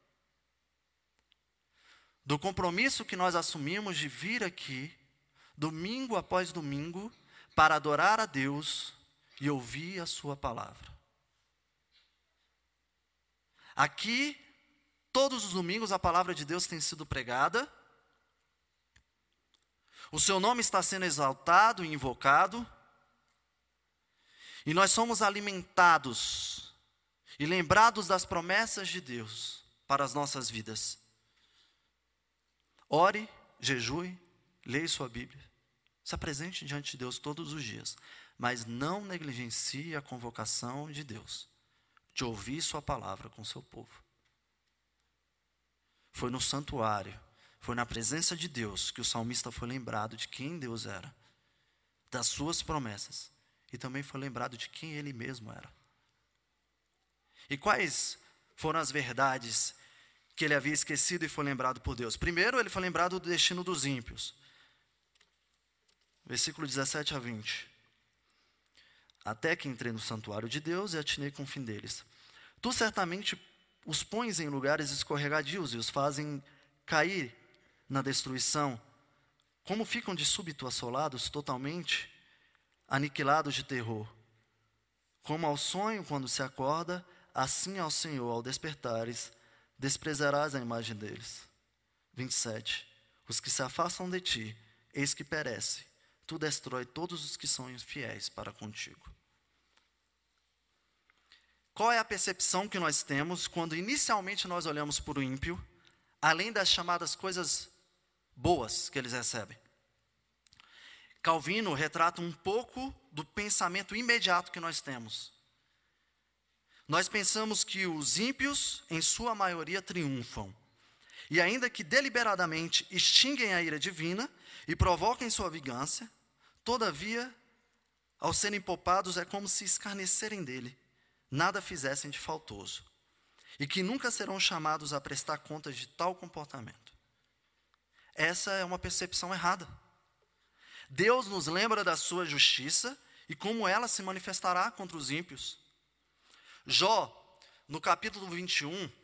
do compromisso que nós assumimos de vir aqui, domingo após domingo, para adorar a Deus e ouvir a sua palavra. Aqui, todos os domingos, a palavra de Deus tem sido pregada, o seu nome está sendo exaltado e invocado, e nós somos alimentados e lembrados das promessas de Deus para as nossas vidas. Ore, jejue, leia sua Bíblia. Se apresente diante de Deus todos os dias, mas não negligencie a convocação de Deus, de ouvir sua palavra com seu povo. Foi no santuário, foi na presença de Deus que o salmista foi lembrado de quem Deus era, das suas promessas, e também foi lembrado de quem ele mesmo era. E quais foram as verdades que ele havia esquecido e foi lembrado por Deus? Primeiro, ele foi lembrado do destino dos ímpios. Versículo dezessete a vinte. Até que entrei no santuário de Deus e atinei com o fim deles. Tu certamente os pões em lugares escorregadios e os fazem cair na destruição. Como ficam de súbito assolados, totalmente aniquilados de terror. Como ao sonho quando se acorda, assim ao Senhor, ao despertares, desprezarás a imagem deles. vinte e sete. Os que se afastam de ti, eis que perece. Tu destrói todos os que são infiéis para contigo. Qual é a percepção que nós temos quando inicialmente nós olhamos para o ímpio, além das chamadas coisas boas que eles recebem? Calvino retrata um pouco do pensamento imediato que nós temos. Nós pensamos que os ímpios, em sua maioria, triunfam. E ainda que deliberadamente extinguem a ira divina e provoquem sua vingança, todavia, ao serem poupados, é como se escarnecerem dele, nada fizessem de faltoso, e que nunca serão chamados a prestar contas de tal comportamento. Essa é uma percepção errada. Deus nos lembra da sua justiça e como ela se manifestará contra os ímpios. Jó, no capítulo vinte e um,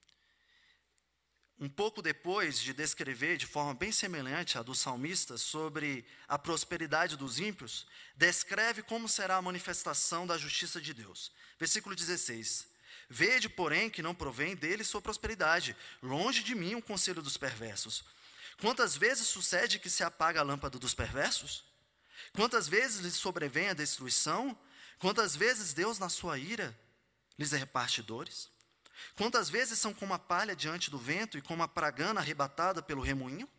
um pouco depois de descrever de forma bem semelhante à do salmista sobre a prosperidade dos ímpios, descreve como será a manifestação da justiça de Deus. Versículo dezesseis. Vede, porém, que não provém dele sua prosperidade, longe de mim o conselho dos perversos. Quantas vezes sucede que se apaga a lâmpada dos perversos? Quantas vezes lhes sobrevém a destruição? Quantas vezes Deus, na sua ira, lhes reparte dores? Quantas vezes são como a palha diante do vento e como a pragana arrebatada pelo remoinho?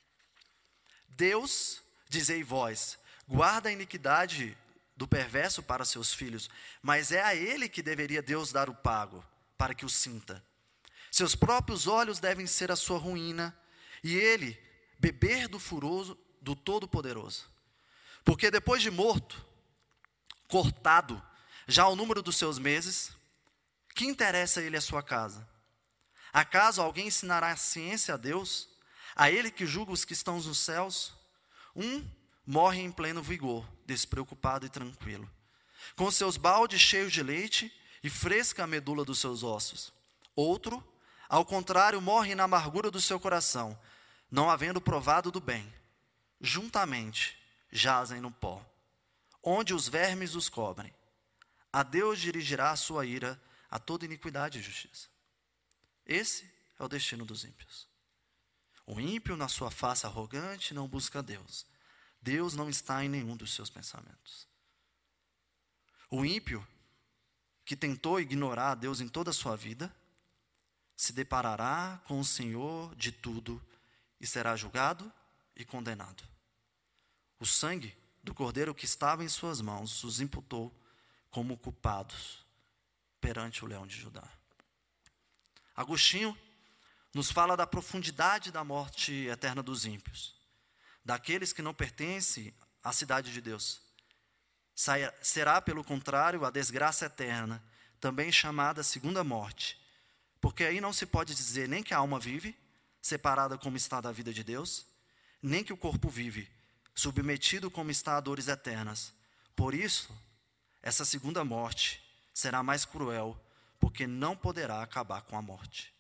Deus, dizei vós, guarda a iniquidade do perverso para seus filhos, mas é a ele que deveria Deus dar o pago, para que o sinta. Seus próprios olhos devem ser a sua ruína, e ele beber do furor do Todo-Poderoso. Porque depois de morto, cortado, já o número dos seus meses, que interessa a ele a sua casa? Acaso alguém ensinará a ciência a Deus? A ele que julga os que estão nos céus? Um morre em pleno vigor, despreocupado e tranquilo, com seus baldes cheios de leite e fresca a medula dos seus ossos. Outro, ao contrário, morre na amargura do seu coração, não havendo provado do bem. Juntamente jazem no pó, onde os vermes os cobrem. A Deus dirigirá a sua ira a toda iniquidade e justiça. Esse é o destino dos ímpios. O ímpio, na sua face arrogante, não busca Deus. Deus não está em nenhum dos seus pensamentos. O ímpio, que tentou ignorar a Deus em toda a sua vida, se deparará com o Senhor de tudo e será julgado e condenado. O sangue do cordeiro que estava em suas mãos os imputou como culpados perante o leão de Judá. Agostinho nos fala da profundidade da morte eterna dos ímpios, daqueles que não pertencem à cidade de Deus. Será, pelo contrário, a desgraça eterna, também chamada segunda morte, porque aí não se pode dizer nem que a alma vive, separada como está da vida de Deus, nem que o corpo vive, submetido como está a dores eternas. Por isso, essa segunda morte será mais cruel, porque não poderá acabar com a morte.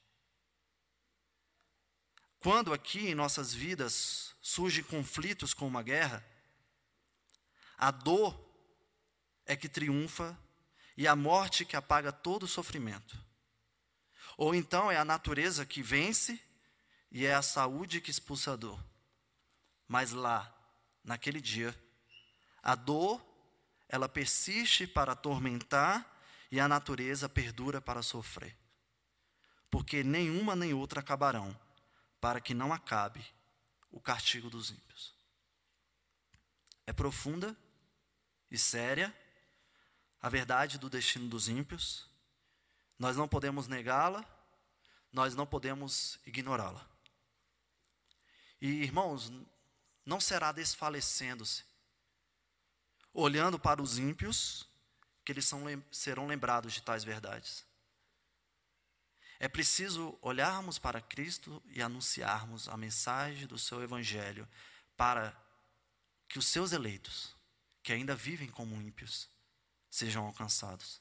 Quando aqui em nossas vidas surgem conflitos com uma guerra, a dor é que triunfa e a morte que apaga todo o sofrimento. Ou então é a natureza que vence e é a saúde que expulsa a dor. Mas lá, naquele dia, a dor, ela persiste para atormentar e a natureza perdura para sofrer. Porque nenhuma nem outra acabarão, para que não acabe o castigo dos ímpios. É profunda e séria a verdade do destino dos ímpios. Nós não podemos negá-la, nós não podemos ignorá-la. E, irmãos, não será desfalecendo-se, olhando para os ímpios, que eles são, serão lembrados de tais verdades. É preciso olharmos para Cristo e anunciarmos a mensagem do seu Evangelho para que os seus eleitos, que ainda vivem como ímpios, sejam alcançados.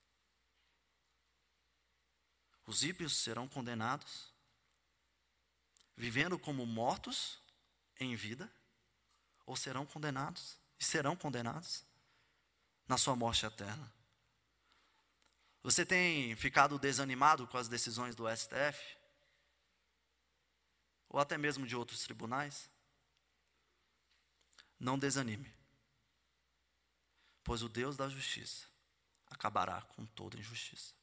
Os ímpios serão condenados, vivendo como mortos em vida, ou serão condenados, e serão condenados na sua morte eterna. Você tem ficado desanimado com as decisões do S T F? Ou até mesmo de outros tribunais? Não desanime, pois o Deus da justiça acabará com toda injustiça.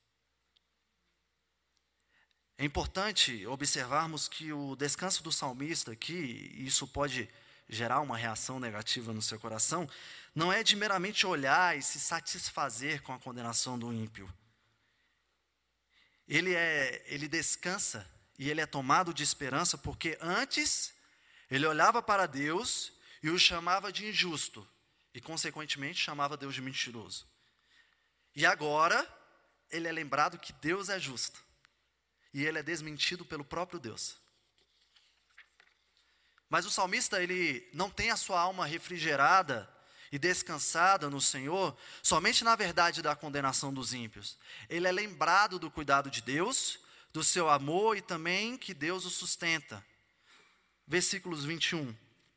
É importante observarmos que o descanso do salmista aqui, e isso pode gerar uma reação negativa no seu coração, não é de meramente olhar e se satisfazer com a condenação do ímpio. Ele, é, ele descansa e ele é tomado de esperança porque antes ele olhava para Deus e o chamava de injusto e consequentemente chamava Deus de mentiroso. E agora ele é lembrado que Deus é justo e ele é desmentido pelo próprio Deus. Mas o salmista, ele não tem a sua alma refrigerada e descansada no Senhor somente na verdade da condenação dos ímpios. Ele é lembrado do cuidado de Deus, do seu amor e também que Deus o sustenta. Versículos vinte e um.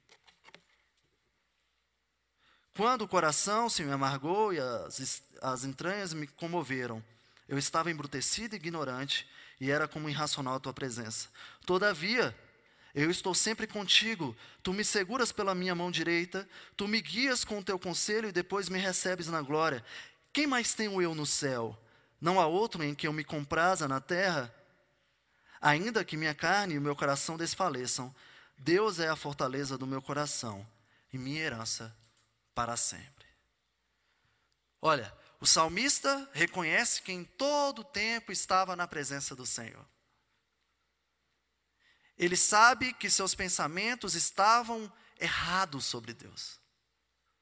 Quando o coração se me amargou e as, as entranhas me comoveram, eu estava embrutecido e ignorante e era como irracional a tua presença. Todavia, eu estou sempre contigo, tu me seguras pela minha mão direita, tu me guias com o teu conselho e depois me recebes na glória. Quem mais tenho eu no céu? Não há outro em que eu me compraza na terra? Ainda que minha carne e o meu coração desfaleçam, Deus é a fortaleza do meu coração e minha herança para sempre. Olha, o salmista reconhece que em todo tempo estava na presença do Senhor. Ele sabe que seus pensamentos estavam errados sobre Deus.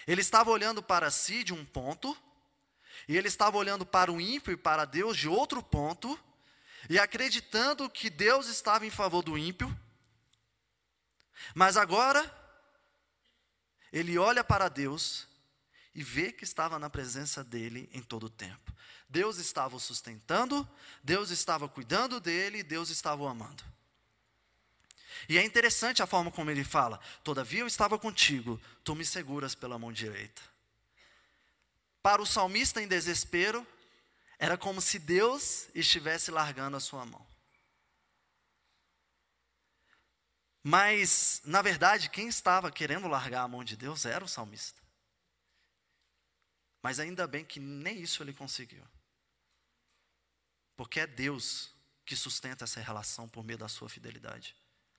Ele estava olhando para si de um ponto, e ele estava olhando para o ímpio e para Deus de outro ponto, e acreditando que Deus estava em favor do ímpio. Mas agora, ele olha para Deus e vê que estava na presença dele em todo o tempo. Deus estava o sustentando, Deus estava cuidando dele, Deus estava o amando. E é interessante a forma como ele fala: todavia eu estava contigo, tu me seguras pela mão direita. Para o salmista em desespero, era como se Deus estivesse largando a sua mão. Mas, na verdade, quem estava querendo largar a mão de Deus era o salmista. Mas ainda bem que nem isso ele conseguiu. Porque é Deus que sustenta essa relação por meio da sua fidelidade.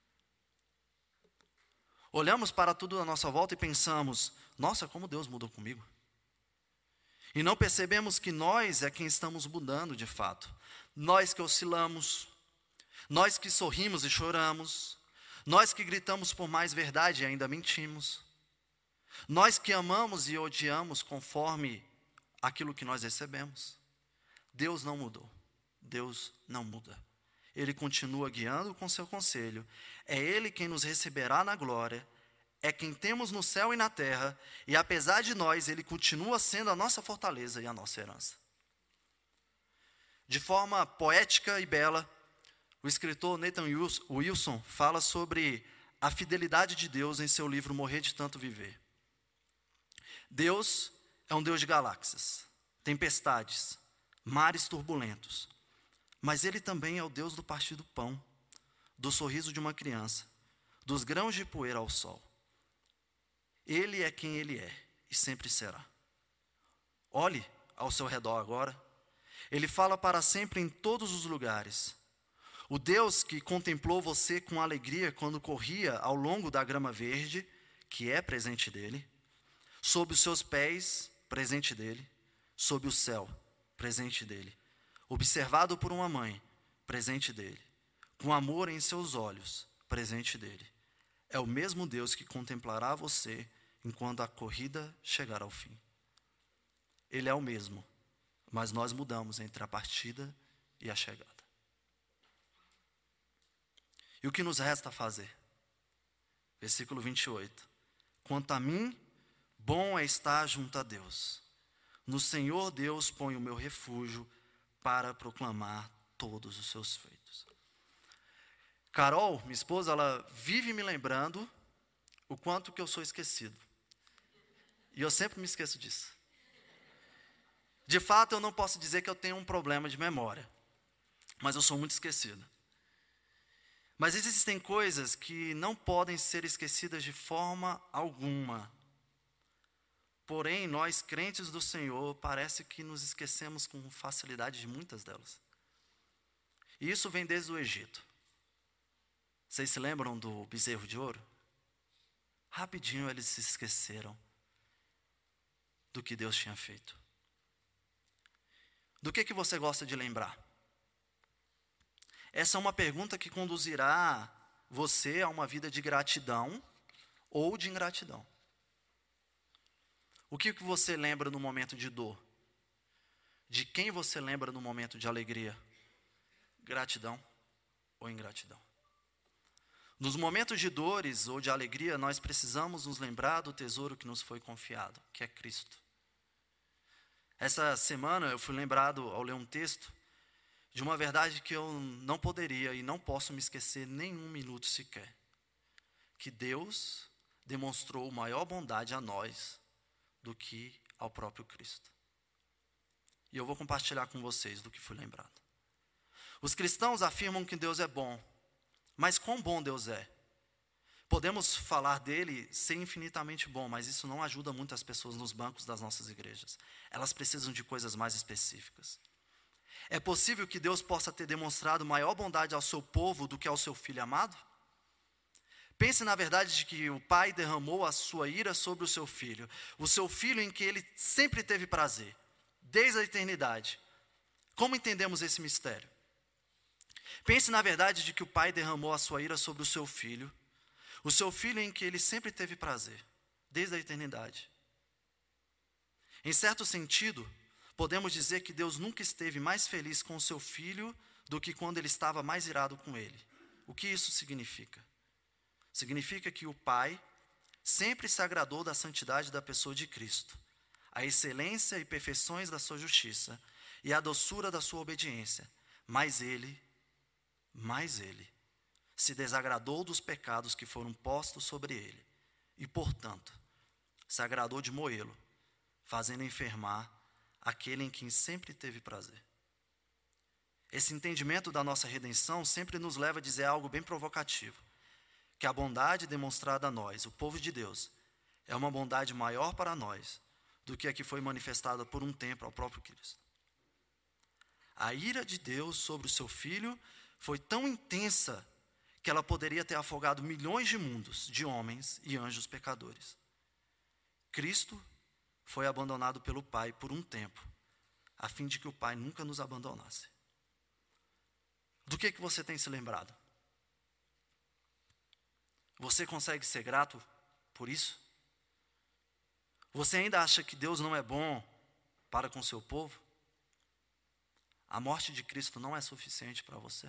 Olhamos para tudo à nossa volta e pensamos: nossa, como Deus mudou comigo. E não percebemos que nós é quem estamos mudando de fato. Nós que oscilamos, nós que sorrimos e choramos, nós que gritamos por mais verdade e ainda mentimos, nós que amamos e odiamos conforme aquilo que nós recebemos. Deus não mudou, Deus não muda. Ele continua guiando com seu conselho. É Ele quem nos receberá na glória. É quem temos no céu e na terra. E apesar de nós, Ele continua sendo a nossa fortaleza e a nossa herança. De forma poética e bela, o escritor Nathan Wilson fala sobre a fidelidade de Deus em seu livro Morrer de Tanto Viver. Deus é um Deus de galáxias, tempestades, mares turbulentos. Mas Ele também é o Deus do partir do pão, do sorriso de uma criança, dos grãos de poeira ao sol. Ele é quem Ele é e sempre será. Olhe ao seu redor agora. Ele fala para sempre em todos os lugares. O Deus que contemplou você com alegria quando corria ao longo da grama verde, que é presente dEle. Sob os seus pés, presente dEle. Sob o céu, presente dEle. Observado por uma mãe, presente dEle. Com amor em seus olhos, presente dEle. É o mesmo Deus que contemplará você enquanto a corrida chegar ao fim. Ele é o mesmo, mas nós mudamos entre a partida e a chegada. E o que nos resta fazer? Versículo vinte e oito. Quanto a mim, bom é estar junto a Deus. No Senhor Deus ponho o meu refúgio para proclamar todos os seus feitos. Carol, minha esposa, ela vive me lembrando o quanto que eu sou esquecido. E eu sempre me esqueço disso. De fato, eu não posso dizer que eu tenho um problema de memória, mas eu sou muito esquecido. Mas existem coisas que não podem ser esquecidas de forma alguma. Porém, nós crentes do Senhor, parece que nos esquecemos com facilidade de muitas delas. E isso vem desde o Egito. Vocês se lembram do bezerro de ouro? Rapidinho eles se esqueceram do que Deus tinha feito. Do que, que você gosta de lembrar? Essa é uma pergunta que conduzirá você a uma vida de gratidão ou de ingratidão. O que, que você lembra no momento de dor? De quem você lembra no momento de alegria? Gratidão ou ingratidão? Nos momentos de dores ou de alegria, nós precisamos nos lembrar do tesouro que nos foi confiado, que é Cristo. Essa semana eu fui lembrado, ao ler um texto, de uma verdade que eu não poderia e não posso me esquecer nem um minuto sequer. Que Deus demonstrou maior bondade a nós do que ao próprio Cristo. E eu vou compartilhar com vocês do que fui lembrado. Os cristãos afirmam que Deus é bom, mas quão bom Deus é? Podemos falar dele ser infinitamente bom, mas isso não ajuda muitas pessoas nos bancos das nossas igrejas. Elas precisam de coisas mais específicas. É possível que Deus possa ter demonstrado maior bondade ao seu povo do que ao seu filho amado? Pense na verdade de que o Pai derramou a sua ira sobre o seu filho, o seu filho em que ele sempre teve prazer, desde a eternidade. Como entendemos esse mistério? Pense na verdade de que o Pai derramou a sua ira sobre o seu filho, o seu filho em que ele sempre teve prazer, desde a eternidade. Em certo sentido, podemos dizer que Deus nunca esteve mais feliz com o seu filho do que quando ele estava mais irado com ele. O que isso significa? Significa que o Pai sempre se agradou da santidade da pessoa de Cristo, a excelência e perfeições da sua justiça e a doçura da sua obediência, mas ele, mas ele, se desagradou dos pecados que foram postos sobre ele e, portanto, se agradou de moê-lo, fazendo enfermar aquele em quem sempre teve prazer. Esse entendimento da nossa redenção sempre nos leva a dizer algo bem provocativo, que a bondade demonstrada a nós, o povo de Deus, é uma bondade maior para nós do que a que foi manifestada por um tempo ao próprio Cristo. A ira de Deus sobre o seu Filho foi tão intensa que ela poderia ter afogado milhões de mundos, de homens e anjos pecadores. Cristo foi abandonado pelo Pai por um tempo, a fim de que o Pai nunca nos abandonasse. Do que, que você tem se lembrado? Você consegue ser grato por isso? Você ainda acha que Deus não é bom para com seu povo? A morte de Cristo não é suficiente para você?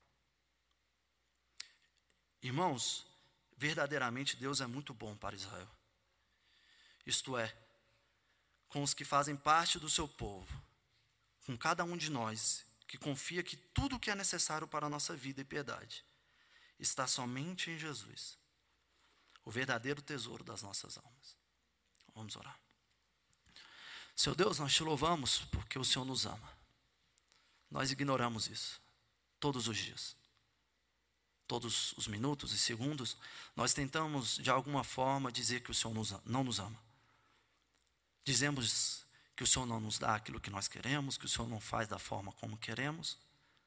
Irmãos, verdadeiramente Deus é muito bom para Israel. Isto é, com os que fazem parte do seu povo, com cada um de nós que confia que tudo o que é necessário para a nossa vida e piedade está somente em Jesus, o verdadeiro tesouro das nossas almas. Vamos orar. Senhor Deus, nós te louvamos porque o Senhor nos ama. Nós ignoramos isso todos os dias. Todos os minutos e segundos, nós tentamos de alguma forma dizer que o Senhor nos, não nos ama. Dizemos que o Senhor não nos dá aquilo que nós queremos, que o Senhor não faz da forma como queremos.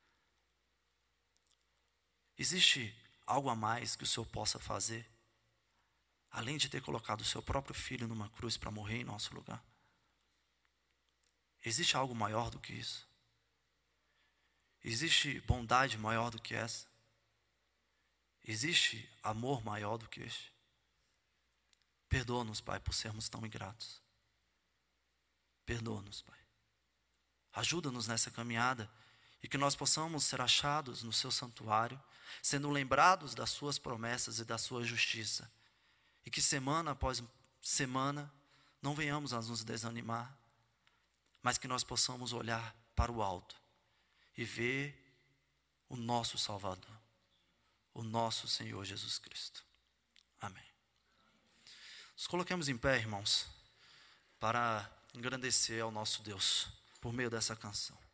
Existe algo a mais que o Senhor possa fazer, além de ter colocado o seu próprio Filho numa cruz para morrer em nosso lugar? Existe algo maior do que isso? Existe bondade maior do que essa? Existe amor maior do que este? Perdoa-nos, Pai, por sermos tão ingratos. Perdoa-nos, Pai. Ajuda-nos nessa caminhada e que nós possamos ser achados no seu santuário, sendo lembrados das suas promessas e da sua justiça. E que semana após semana não venhamos a nos desanimar, mas que nós possamos olhar para o alto e ver o nosso Salvador, o nosso Senhor Jesus Cristo. Amém. Nos coloquemos em pé, irmãos, para engrandecer ao nosso Deus por meio dessa canção.